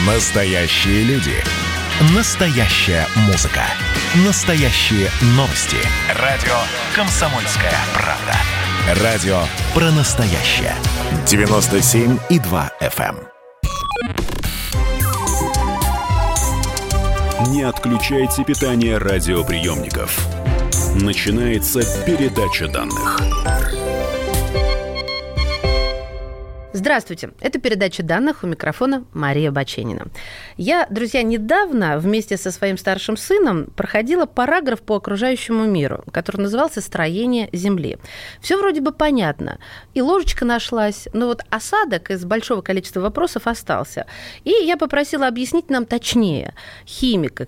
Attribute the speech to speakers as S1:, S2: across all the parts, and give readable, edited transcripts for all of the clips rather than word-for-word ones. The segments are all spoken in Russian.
S1: Настоящие люди. Настоящая музыка. Настоящие новости. Радио «Комсомольская правда». Радио про настоящее. 97,2 FM.
S2: Не отключайте питание радиоприемников. Начинается передача данных.
S3: Здравствуйте, это передача данных, у микрофона Мария Баченина. Я, друзья, недавно вместе со своим старшим сыном проходила параграф по окружающему миру, который назывался «Строение Земли». Все вроде бы понятно, и ложечка нашлась, но вот осадок из большого количества вопросов остался. И я попросила объяснить нам точнее химика,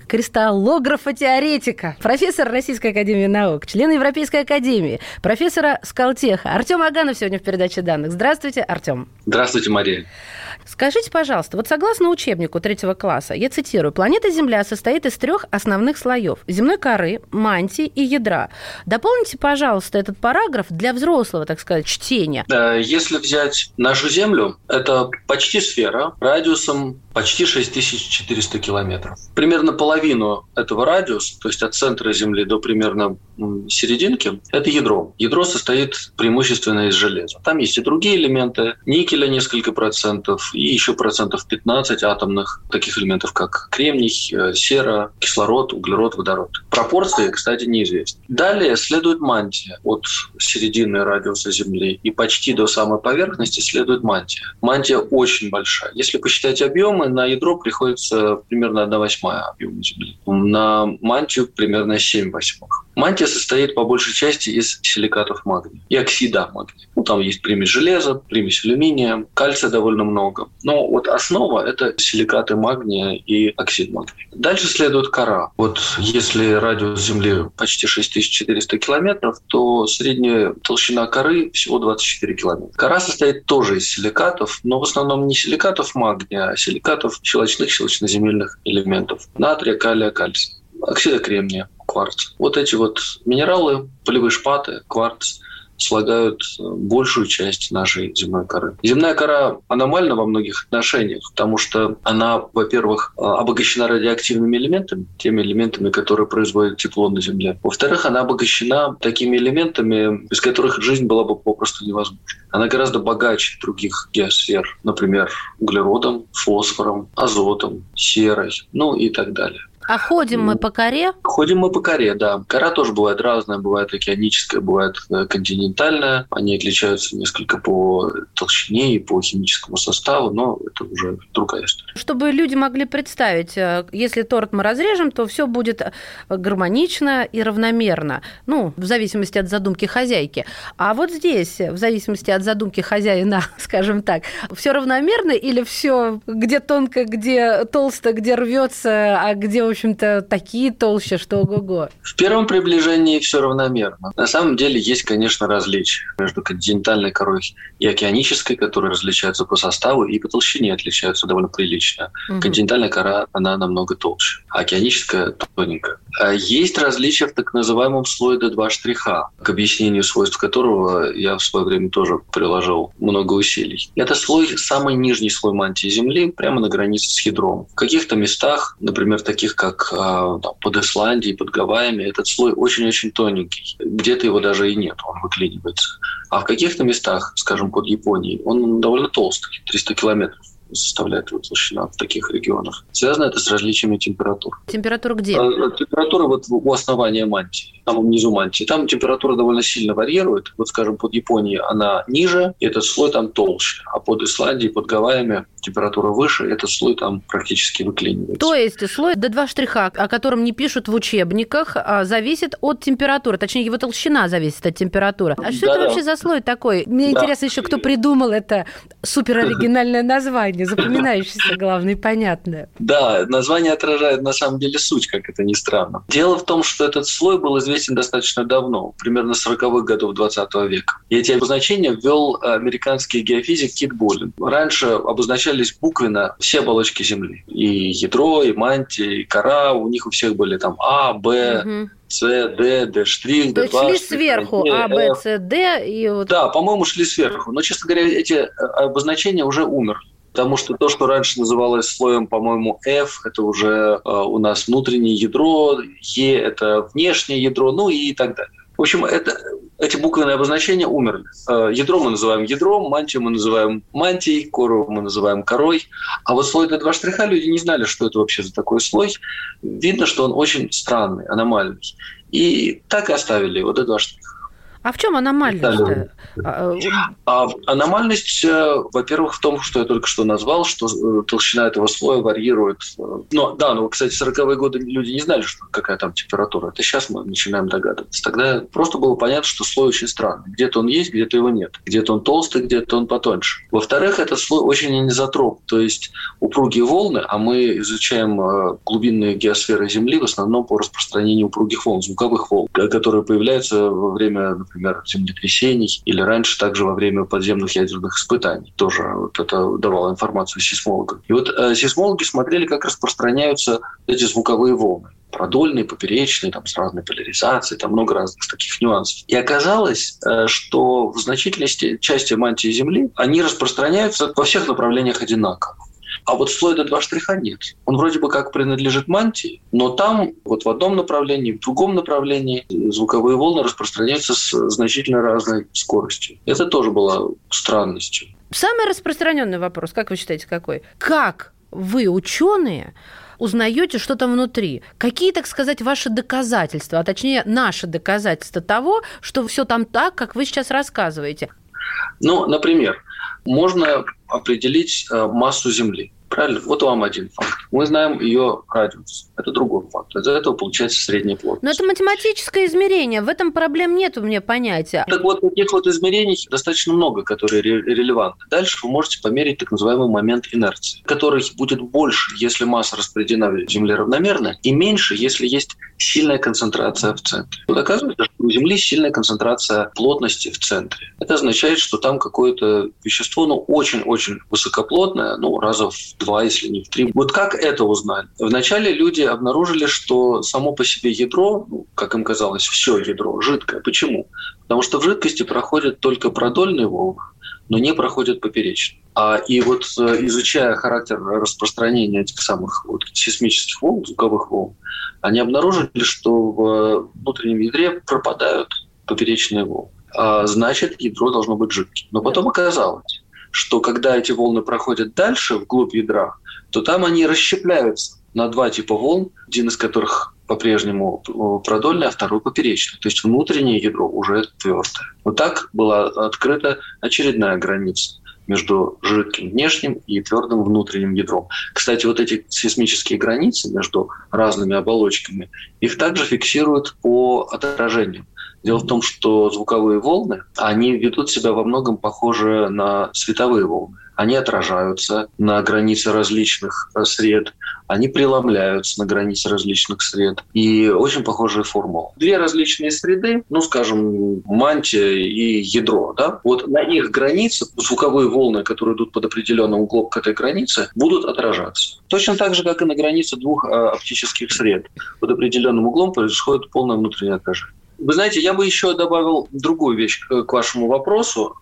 S3: кристаллографа-теоретика, профессора Российской академии наук, члена Европейской академии, профессора Скалтеха Артем Аганов сегодня в передаче данных. Здравствуйте, Артем.
S4: Здравствуйте, Мария.
S3: Скажите, пожалуйста, вот согласно учебнику 3 класса, я цитирую, планета Земля состоит из 3 основных слоев – земной коры, мантии и ядра. Дополните, пожалуйста, этот параграф для взрослого, так сказать, чтения.
S4: Если взять нашу Землю, это почти сфера радиусом почти 6400 километров. Примерно половину этого радиуса, то есть от центра Земли до примерно серединки, это ядро. Ядро состоит преимущественно из железа. Там есть и другие элементы, никеля несколько процентов, и еще процентов 15 атомных таких элементов, как кремний, сера, кислород, углерод, водород. Пропорции, кстати, неизвестны. Далее следует мантия от середины радиуса Земли и почти до самой поверхности следует мантия. Мантия очень большая. Если посчитать объемы, на ядро приходится примерно 1/8 объема Земли. На мантию примерно 7/8. Мантия состоит по большей части из силикатов магния и оксида магния. Там есть примесь железа, примесь алюминия, кальция довольно много. Но вот основа – это силикаты магния и оксид магния. Дальше следует кора. Вот если радиус Земли почти 6400 километров, то средняя толщина коры всего 24 километра. Кора состоит тоже из силикатов, но в основном не силикатов магния, а силикатов щелочных, щелочноземельных элементов. Натрия, калия, кальция, оксида кремния, кварц. Вот эти вот минералы, полевые шпаты, кварц, слагают большую часть нашей земной коры. Земная кора аномальна во многих отношениях, потому что она, во-первых, обогащена радиоактивными элементами, теми элементами, которые производят тепло на Земле. Во-вторых, она обогащена такими элементами, без которых жизнь была бы попросту невозможна. Она гораздо богаче других геосфер, например, углеродом, фосфором, азотом, серой, и так далее.
S3: А ходим мы по коре?
S4: Ходим мы по коре, да. Кора тоже бывает разная, бывает океаническая, бывает континентальная. Они отличаются несколько по толщине и по химическому составу, но это уже другая история.
S3: Чтобы люди могли представить, если торт мы разрежем, то все будет гармонично и равномерно, в зависимости от задумки хозяйки. А вот здесь, в зависимости от задумки хозяина, скажем так, все равномерно или все где тонко, где толсто, где рвется, а где, в общем-то, такие толще, что ого-го?
S4: В первом приближении все равномерно. На самом деле есть, конечно, различия между континентальной корой и океанической, которые различаются по составу и по толщине отличаются довольно прилично. Угу. Континентальная кора, она намного толще, а океаническая тоненькая. Есть различия в так называемом слое D2 штриха, к объяснению свойств которого я в свое время тоже приложил много усилий. Это самый нижний слой мантии Земли, прямо на границе с ядром. В каких-то местах, например, таких как под Исландией, под Гавайями, этот слой очень-очень тоненький. Где-то его даже и нет, он выклинивается. А в каких-то местах, скажем, под Японией, он довольно толстый, 300 километров составляет его толщина в таких регионах. Связано это с различиями температур.
S3: Температура где?
S4: Температура вот у основания мантии, там внизу мантии. Там температура довольно сильно варьирует. Вот, скажем, под Японией она ниже, и этот слой там толще. А под Исландией, под Гавайями температура выше, и этот слой там практически выклинивается.
S3: То есть слой D2 штриха, о котором не пишут в учебниках, зависит от температуры. Точнее, его толщина зависит от температуры. А что это вообще за слой такой? Мне интересно еще, кто придумал это супероригинальное название. Запоминающееся, главное, и понятное.
S4: Да, название отражает на самом деле суть, как это ни странно. Дело в том, что этот слой был известен достаточно давно, примерно с 40-х годов 20 века. И эти обозначения ввел американский геофизик Кит Болин. Раньше обозначались буквенно все оболочки Земли. И ядро, и мантия, и кора. У них у всех были там А, Б, С, Д, Д штрих, Д2.
S3: То есть шли сверху А, Б, С, Д и вот...
S4: Да, по-моему, шли сверху. Но, честно говоря, эти обозначения уже умерли. Потому что то, что раньше называлось слоем, по-моему, F, это уже у нас внутреннее ядро, E – это внешнее ядро, ну и так далее. В общем, эти буквенные обозначения умерли. Ядро мы называем ядром, мантию мы называем мантией, кору мы называем корой. А вот слой D2 штриха люди не знали, что это вообще за такой слой. Видно, что он очень странный, аномальный. И так и оставили его D2 штриха.
S3: А в чем аномальность?
S4: Аномальность, во-первых, в том, что я только что назвал, что толщина этого слоя варьирует. Кстати, в 40-е годы люди не знали, какая там температура. Это сейчас мы начинаем догадываться. Тогда просто было понятно, что слой очень странный. Где-то он есть, где-то его нет. Где-то он толстый, где-то он потоньше. Во-вторых, этот слой очень анизотроп, то есть упругие волны, а мы изучаем глубинные геосферы Земли в основном по распределению упругих волн, звуковых волн, которые появляются во время, например, землетрясений или раньше также во время подземных ядерных испытаний. Тоже вот это давало информацию сейсмологам. И вот сейсмологи смотрели, как распространяются эти звуковые волны. Продольные, поперечные, там, с разной поляризацией, там много разных таких нюансов. И оказалось, что в значительной части мантии Земли они распространяются во всех направлениях одинаково. А вот слой D2 штриха нет. Он вроде бы как принадлежит мантии, но там вот в одном направлении, в другом направлении звуковые волны распространяются с значительно разной скоростью. Это тоже было странностью.
S3: Самый распространенный вопрос, как вы считаете, какой? Как вы, ученые, узнаете, что там внутри? Какие, так сказать, ваши доказательства, а точнее наши доказательства того, что все там так, как вы сейчас рассказываете?
S4: Например, можно определить массу Земли. Правильно? Вот вам один факт. Мы знаем ее радиус. Это другой факт. Из этого получается средняя плотность.
S3: Но это математическое измерение. В этом проблем нет у меня понятия.
S4: Так вот, таких вот измерений достаточно много, которые релевантны. Дальше вы можете померить так называемый момент инерции, который будет больше, если масса распределена в Земле равномерно, и меньше, если есть сильная концентрация в центре. Вот оказывается, что у Земли сильная концентрация плотности в центре. Это означает, что там какое-то вещество, очень-очень высокоплотное, раза в 2, если не в 3. Вот как это узнали? Вначале люди обнаружили, что само по себе ядро, как им казалось, все ядро жидкое. Почему? Потому что в жидкости проходят только продольные волны, но не проходят поперечные. И вот изучая характер распространения этих самых сейсмических волн, звуковых волн, они обнаружили, что в внутреннем ядре пропадают поперечные волны. Значит, ядро должно быть жидким. Но потом оказалось, что когда эти волны проходят дальше, вглубь ядра, то там они расщепляются на два типа волн, один из которых по-прежнему продольный, а второй поперечный. То есть внутреннее ядро уже твердое. Вот так была открыта очередная граница между жидким внешним и твердым внутренним ядром. Кстати, вот эти сейсмические границы между разными оболочками, их также фиксируют по отражению. Дело в том, что звуковые волны, они ведут себя во многом похоже на световые волны. Они отражаются на границе различных сред, они преломляются на границе различных сред. И очень похожая формула. Две различные среды, скажем, мантия и ядро, да? Вот на их границе звуковые волны, которые идут под определенным углом к этой границе, будут отражаться. Точно так же, как и на границе двух оптических сред. Под определенным углом происходит полное внутреннее отражение. Вы знаете, я бы еще добавил другую вещь к вашему вопросу.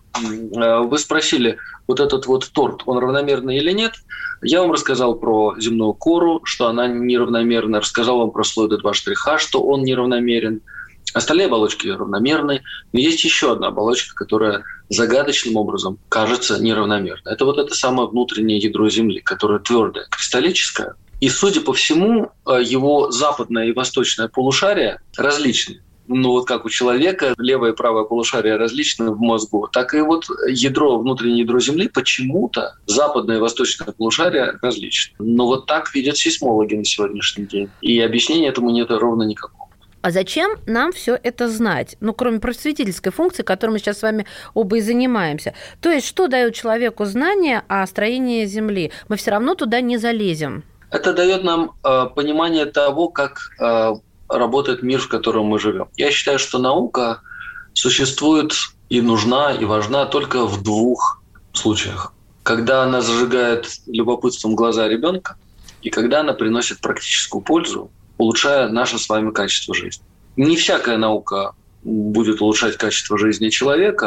S4: Вы спросили, вот этот вот торт, он равномерный или нет? Я вам рассказал про земную кору, что она неравномерна. Рассказал вам про слой D2 штриха, что он неравномерен. Остальные оболочки равномерны. Но есть еще одна оболочка, которая загадочным образом кажется неравномерной. Это вот это самое внутреннее ядро Земли, которое твердое, кристаллическое. И, судя по всему, его западное и восточное полушария различны. Как у человека левое и правое полушарие различны в мозгу, так и вот внутреннее ядро Земли почему-то западное и восточное полушарие различны. Но вот так видят сейсмологи на сегодняшний день. И объяснения этому нет ровно никакого.
S3: А зачем нам все это знать? Кроме просветительской функции, которой мы сейчас с вами оба и занимаемся. То есть, что дает человеку знание о строении Земли? Мы все равно туда не залезем.
S4: Это дает нам понимание того, как работает мир, в котором мы живем. Я считаю, что наука существует и нужна, и важна только в двух случаях. Когда она зажигает любопытством глаза ребенка, и когда она приносит практическую пользу, улучшая наше с вами качество жизни. Не всякая наука будет улучшать качество жизни человека,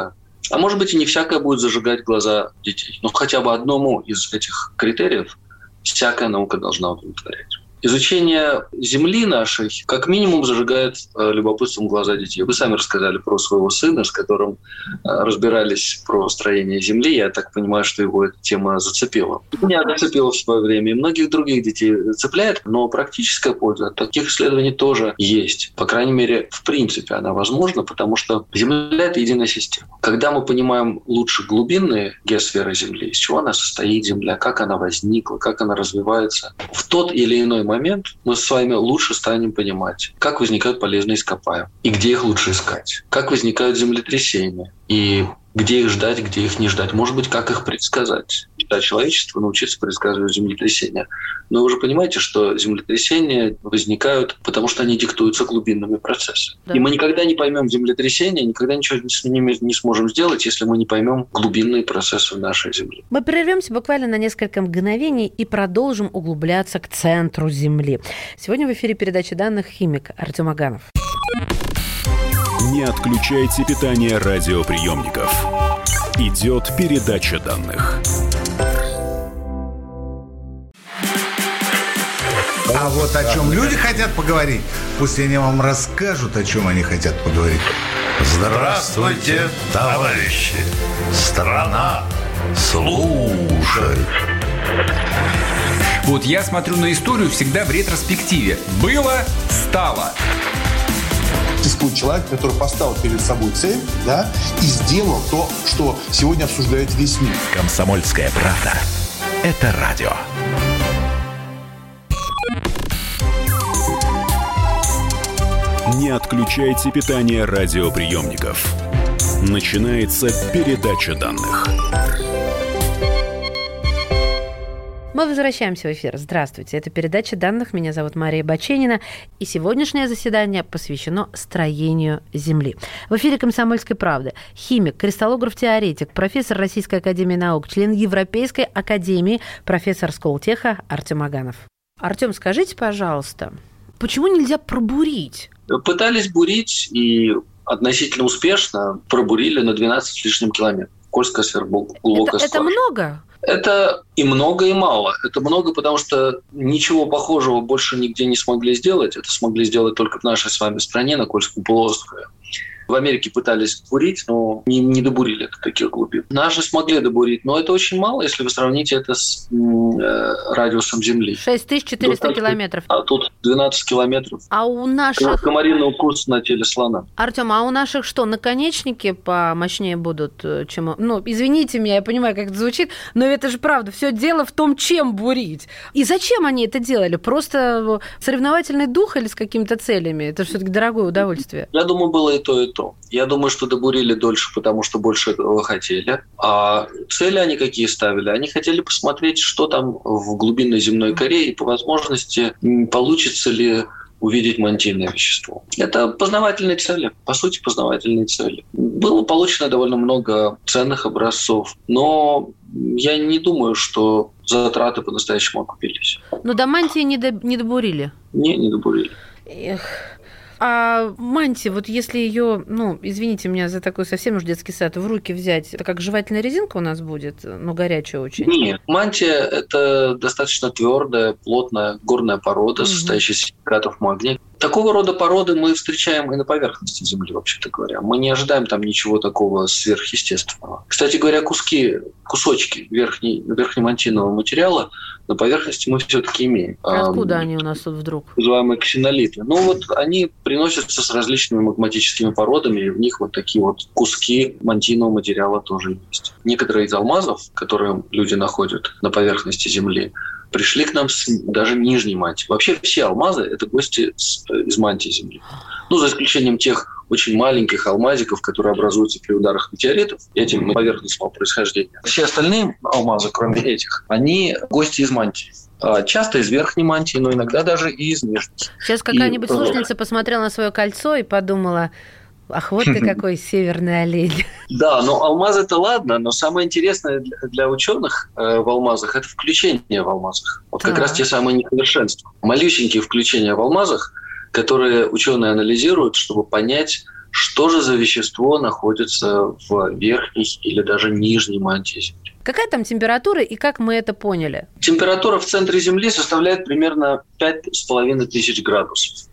S4: А может быть, и не всякое будет зажигать глаза детей. Но хотя бы одному из этих критериев всякая наука должна удовлетворять. Изучение Земли нашей как минимум зажигает любопытством глаза детей. Вы сами рассказали про своего сына, с которым разбирались про строение Земли. Я так понимаю, что его эта тема зацепила. Меня зацепила в свое время, и многих других детей цепляет, но практическая польза от таких исследований тоже есть. По крайней мере, в принципе она возможна, потому что Земля – это единая система. Когда мы понимаем лучше глубинные геосферы Земли, из чего она состоит, Земля, как она возникла, как она развивается, в тот или иной момент мы с вами лучше станем понимать, как возникают полезные ископаемые и где их лучше искать, как возникают землетрясения и где их ждать, где их не ждать, может быть, как их предсказать. Да, человечество научится предсказывать землетрясения. Но вы уже понимаете, что землетрясения возникают, потому что они диктуются глубинными процессами. Да. И мы никогда не поймем землетрясения, никогда ничего с ними не сможем сделать, если мы не поймем глубинные процессы в нашей Земле.
S3: Мы прервемся буквально на несколько мгновений и продолжим углубляться к центру Земли. Сегодня в эфире передача данных химик Артем Аганов.
S2: Не отключайте питание радиоприемников. Идет передача данных.
S5: А вот о чем люди хотят поговорить, пусть они вам расскажут, о чем они хотят поговорить.
S6: Здравствуйте, товарищи! Страна слушает.
S7: Вот я смотрю на историю всегда в ретроспективе. Было, стало.
S8: Существует человек, который поставил перед собой цель, да, и сделал то, что сегодня обсуждает весь мир.
S1: «Комсомольская правда» — это радио.
S2: Не отключайте питание радиоприемников. Начинается передача данных.
S3: Мы возвращаемся в эфир. Здравствуйте. Это передача данных. Меня зовут Мария Баченина. И сегодняшнее заседание посвящено строению Земли. В эфире «Комсомольской правды» химик, кристаллограф-теоретик, профессор Российской академии наук, член Европейской академии, профессор Сколтеха Артем Аганов. Артем, скажите, пожалуйста, почему нельзя пробурить?
S4: Пытались бурить и относительно успешно пробурили на 12 с лишним километров. Кольская сверхглубокая скважина.
S3: Это много?
S4: Это и много, и мало. Это много, потому что ничего похожего больше нигде не смогли сделать. Это смогли сделать только в нашей с вами стране, на Кольском полуострове. В Америке пытались бурить, но не добурили до таких глубин. Наши смогли добурить, но это очень мало, если вы сравните это с радиусом Земли.
S3: 6400 километров.
S4: А тут 12 километров.
S3: А у наших...
S4: Комариный укус на теле слона.
S3: Артём, а у наших что, наконечники помощнее будут, чем... Ну, извините меня, я понимаю, как это звучит, но это же правда. Все дело в том, чем бурить. И зачем они это делали? Просто соревновательный дух или с какими-то целями? Это же все-таки дорогое удовольствие.
S4: Я думаю, было и то, и то. Я думаю, что добурили дольше, потому что больше этого хотели. А цели они какие ставили? Они хотели посмотреть, что там в глубинной земной коре, и по возможности получится ли увидеть мантийное вещество. Это познавательные цели, по сути, познавательные цели. Было получено довольно много ценных образцов, но я не думаю, что затраты по-настоящему окупились.
S3: Но до мантии не добурили?
S4: Не добурили.
S3: Эх... А мантия, вот если ее, извините меня за такой совсем уж детский сад, в руки взять, это как жевательная резинка у нас будет, но горячая очень?
S4: Нет, мантия – это достаточно твердая, плотная горная порода, состоящая из силикатов магния. Такого рода породы мы встречаем и на поверхности Земли, вообще-то говоря. Мы не ожидаем там ничего такого сверхъестественного. Кстати говоря, кусочки верхнемантийного материала на поверхности мы все-таки имеем.
S3: Откуда они у нас тут вдруг?
S4: Называемые ксенолиты. Они приносятся с различными магматическими породами, и в них вот такие вот куски мантийного материала тоже есть. Некоторые из алмазов, которые люди находят на поверхности Земли, пришли к нам с даже нижней мантии. Вообще все алмазы – это гости из мантии Земли. За исключением тех очень маленьких алмазиков, которые образуются при ударах метеоритов, этим поверхностного происхождения. Все остальные алмазы, кроме этих, они гости из мантии. Часто из верхней мантии, но иногда даже и из нижней.
S3: Сейчас какая-нибудь слушательница посмотрела на свое кольцо и подумала: ах, вот ты какой северный олень. Да,
S4: алмазы-то ладно, но самое интересное для ученых в алмазах – это включение в алмазах. Вот как раз те самые несовершенства. Малюсенькие включения в алмазах, которые ученые анализируют, чтобы понять, что же за вещество находится в верхней или даже нижней мантии Земли.
S3: Какая там температура и как мы это поняли?
S4: Температура в центре Земли составляет примерно 5500 градусов.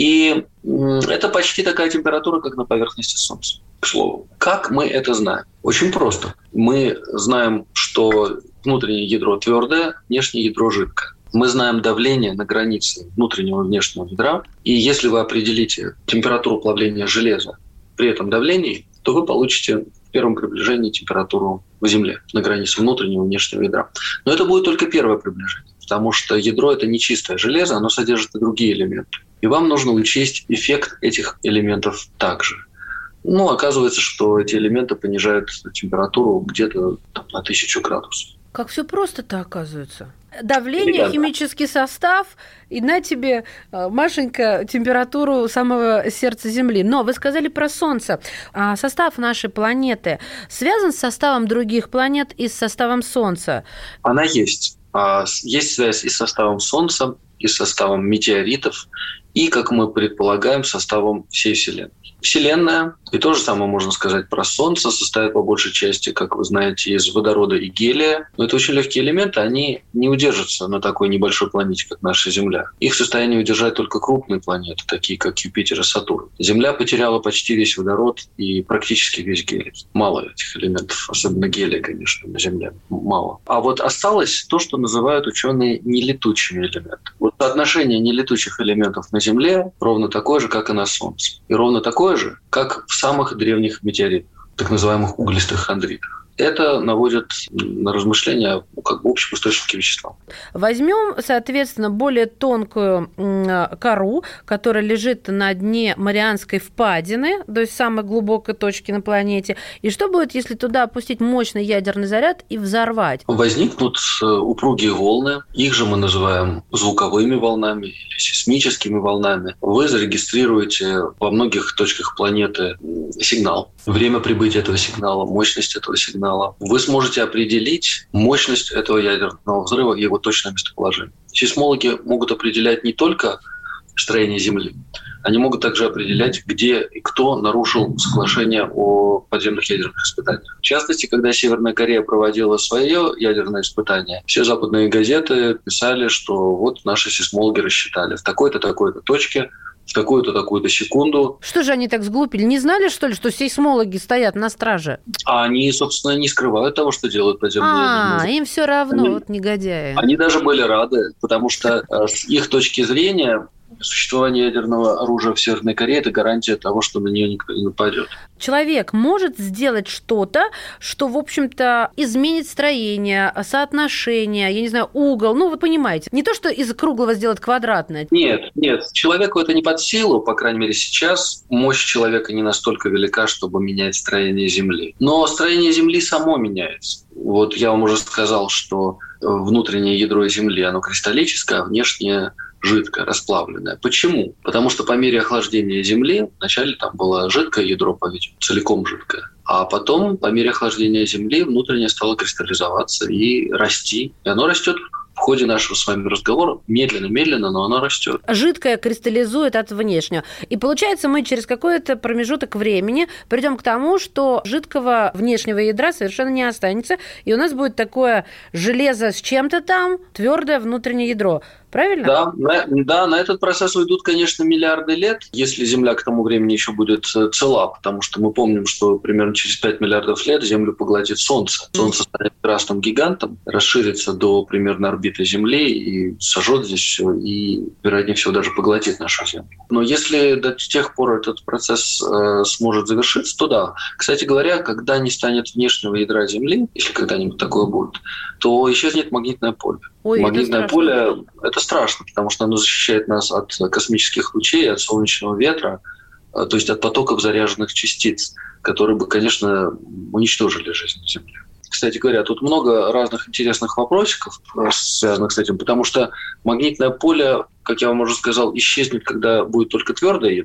S4: И это почти такая температура, как на поверхности Солнца, к слову. Как мы это знаем? Очень просто. Мы знаем, что внутреннее ядро твердое, внешнее ядро жидкое. Мы знаем давление на границе внутреннего и внешнего ядра. И если вы определите температуру плавления железа при этом давлении, то вы получите в первом приближении температуру в Земле на границе внутреннего и внешнего ядра. Но это будет только первое приближение, потому что ядро – это не чистое железо, оно содержит и другие элементы. И вам нужно учесть эффект этих элементов также. Оказывается, что эти элементы понижают температуру где-то на 1000 градусов.
S3: Как все просто-то оказывается. Давление, химический состав, и на тебе, Машенька, температуру самого сердца Земли. Но вы сказали про Солнце. Состав нашей планеты связан с составом других планет и с составом Солнца?
S4: Она есть. Есть связь и с составом Солнца, и с составом метеоритов, и, как мы предполагаем, с составом всей Вселенной. Вселенная, и то же самое можно сказать про Солнце, состоит по большей части, как вы знаете, из водорода и гелия. Но это очень легкие элементы, они не удержатся на такой небольшой планете, как наша Земля. Их в состоянии удержать только крупные планеты, такие как Юпитер и Сатурн. Земля потеряла почти весь водород и практически весь гелий. Мало этих элементов, особенно гелия, конечно, на Земле. Мало. А вот осталось то, что называют ученые нелетучими элементами. Вот соотношение нелетучих элементов на Земле ровно такое же, как и на Солнце. И ровно такое же, как в самых древних метеоритах, так называемых углистых хондритах. Это наводит на размышления об общем источнике вещества.
S3: Возьмем, соответственно, более тонкую кору, которая лежит на дне Марианской впадины, то есть самой глубокой точки на планете. И что будет, если туда опустить мощный ядерный заряд и взорвать?
S4: Возникнут упругие волны. Их же мы называем звуковыми волнами или сейсмическими волнами. Вы зарегистрируете во многих точках планеты сигнал. Время прибытия этого сигнала, мощность этого сигнала. Вы сможете определить мощность этого ядерного взрыва и его точное местоположение. Сейсмологи могут определять не только строение Земли, они могут также определять, где и кто нарушил соглашение о подземных ядерных испытаниях. В частности, когда Северная Корея проводила свое ядерное испытание, все западные газеты писали, что вот наши сейсмологи рассчитали в такой-то, такой-то точке, в такую-то, такую-то секунду.
S3: Что же они так сглупили? Не знали, что ли, что сейсмологи стоят на страже?
S4: А они, собственно, не скрывают того, что делают подземные.
S3: Им все равно, вот негодяи.
S4: Они даже были рады, потому что с их точки зрения существование ядерного оружия в Северной Корее – это гарантия того, что на нее никто не нападет.
S3: Человек может сделать что-то, что, в общем-то, изменит строение, соотношение, я не знаю, угол. Вы понимаете. Не то, что из круглого сделать квадратное.
S4: Нет. Человеку это не под силу, по крайней мере, сейчас. Мощь человека не настолько велика, чтобы менять строение Земли. Но строение Земли само меняется. Вот я вам уже сказал, что внутреннее ядро Земли, оно кристаллическое, а внешнее жидкое, расплавленное. Почему? Потому что по мере охлаждения Земли, вначале там было жидкое ядро, по-видимому, целиком жидкое, а потом по мере охлаждения Земли внутреннее стало кристаллизоваться и расти. И оно растет в ходе нашего с вами разговора медленно-медленно, но оно растет.
S3: Жидкое кристаллизует от внешнего. И получается, мы через какой-то промежуток времени придем к тому, что жидкого внешнего ядра совершенно не останется, и у нас будет такое железо с чем-то там, твердое внутреннее ядро. Правильно?
S4: Да, на этот процесс уйдут, конечно, миллиарды лет, если Земля к тому времени еще будет цела, потому что мы помним, что примерно через 5 миллиардов лет Землю поглотит Солнце. Солнце станет красным гигантом, расширится до примерно орбиты Земли и сожжет здесь все, и, вероятнее всего, даже поглотит нашу Землю. Но если до тех пор этот процесс сможет завершиться, то да. Кстати говоря, когда не станет внешнего ядра Земли, если когда-нибудь такое будет, то исчезнет магнитное поле. Магнитное поле – это страшно, потому что оно защищает нас от космических лучей, от солнечного ветра, то есть от потоков заряженных частиц, которые бы, конечно, уничтожили жизнь на Земле. Кстати говоря, тут много разных интересных вопросиков, связанных с этим, потому что магнитное поле, как я вам уже сказал, исчезнет, когда будет только твердое ядро,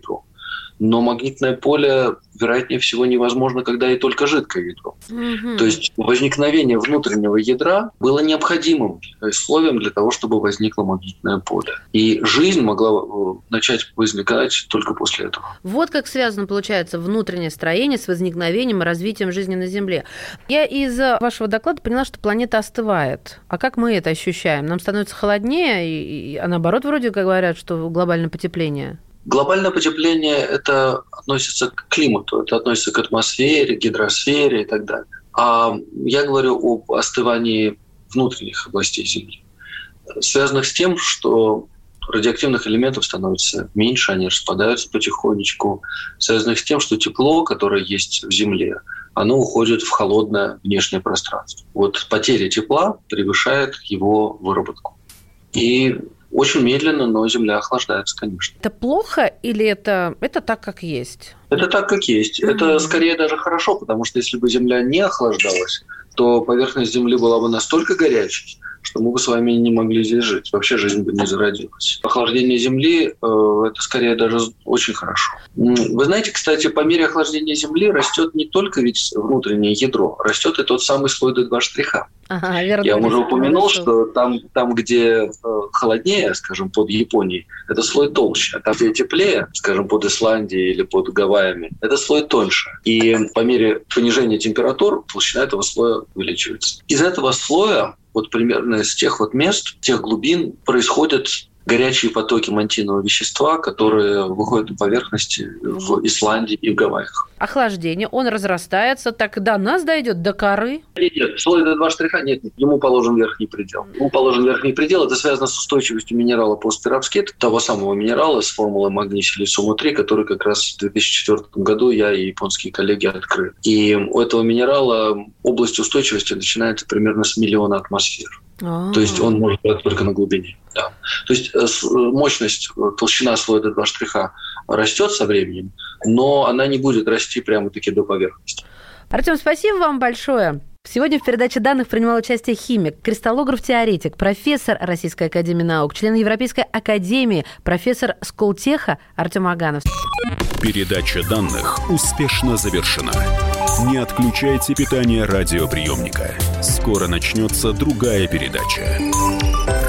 S4: Но магнитное поле, вероятнее всего, невозможно, когда и только жидкое ядро. То есть возникновение внутреннего ядра было необходимым условием для того, чтобы возникло магнитное поле. И жизнь могла начать возникать только после этого.
S3: Вот как связано, получается, внутреннее строение с возникновением и развитием жизни на Земле. Я из вашего доклада поняла, что планета остывает. А как мы это ощущаем? Нам становится холоднее, а наоборот, вроде как говорят, что глобальное потепление.
S4: Глобальное потепление – это относится к климату, это относится к атмосфере, гидросфере и так далее. А я говорю об остывании внутренних областей Земли, связанных с тем, что радиоактивных элементов становится меньше, они распадаются потихонечку, связанных с тем, что тепло, которое есть в Земле, оно уходит в холодное внешнее пространство. Вот потеря тепла превышает его выработку. И очень медленно, но Земля охлаждается, конечно.
S3: Это плохо или это так, как есть?
S4: Это так, как есть. Это скорее даже хорошо, потому что если бы Земля не охлаждалась, то поверхность Земли была бы настолько горячей, что мы бы с вами не могли здесь жить. Вообще жизнь бы не зародилась. Охлаждение Земли – это скорее даже очень хорошо. Вы знаете, кстати, по мере охлаждения Земли растет не только ведь внутреннее ядро, растет и тот самый слой D2 штриха.
S3: Ага, верно.
S4: Я уже упомянул, что там, где холоднее, скажем, под Японией, это слой толще. А там, где теплее, скажем, под Исландией или под Гавайями, это слой тоньше. И по мере понижения температур толщина этого слоя увеличивается. Из этого слоя вот примерно с тех вот мест, тех глубин происходят горячие потоки мантийного вещества, которые выходят на поверхности в Исландии и в Гавайях.
S3: Охлаждение, он разрастается, так до нас дойдет, до коры?
S4: Нет, слой D2 штриха нет, ему положен верхний предел. Ему положен верхний предел, это связано с устойчивостью минерала постпероксид, того самого минерала с формулой магний-силициума-3, который как раз в 2004 году я и японские коллеги открыли. И у этого минерала область устойчивости начинается примерно с 1 миллиона атмосфер. То есть он может быть только на глубине. Да. То есть мощность, толщина слоя D2 штриха растет со временем, но она не будет расти прямо-таки до поверхности.
S3: Артем, спасибо вам большое. Сегодня в передаче данных принимал участие химик, кристаллограф-теоретик, профессор Российской академии наук, член Европейской академии, профессор Сколтеха Артем Аганов.
S2: Передача данных успешно завершена. Не отключайте питание радиоприемника. Скоро начнется другая передача.